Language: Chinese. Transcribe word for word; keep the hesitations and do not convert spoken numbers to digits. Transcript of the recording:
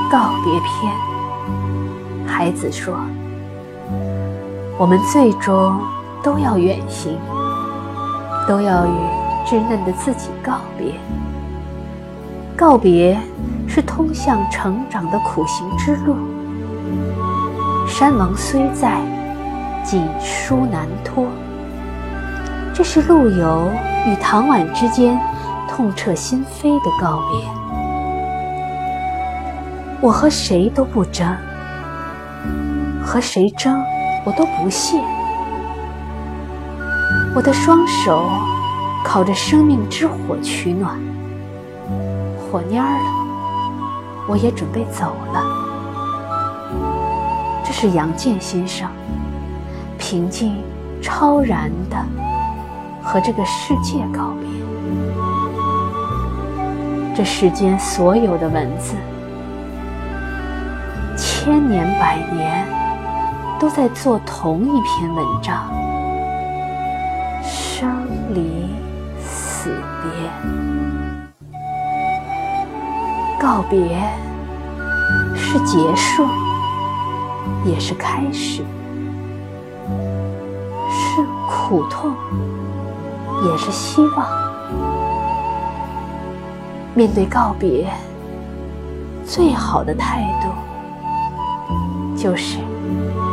告别篇。孩子说，我们最终都要远行，都要与稚嫩的自己告别。告别是通向成长的苦行之路，山王虽在，锦书难托。这是陆游与唐婉之间痛彻心扉的告别。我和谁都不争，和谁争我都不屑。我的双手烤着生命之火取暖，火蔫了，我也准备走了。这是杨健先生平静超然的和这个世界告别。这世间所有的文字，千年百年都在做同一篇文章，生离死别。告别是结束，也是开始，是苦痛，也是希望。面对告别，最好的态度就是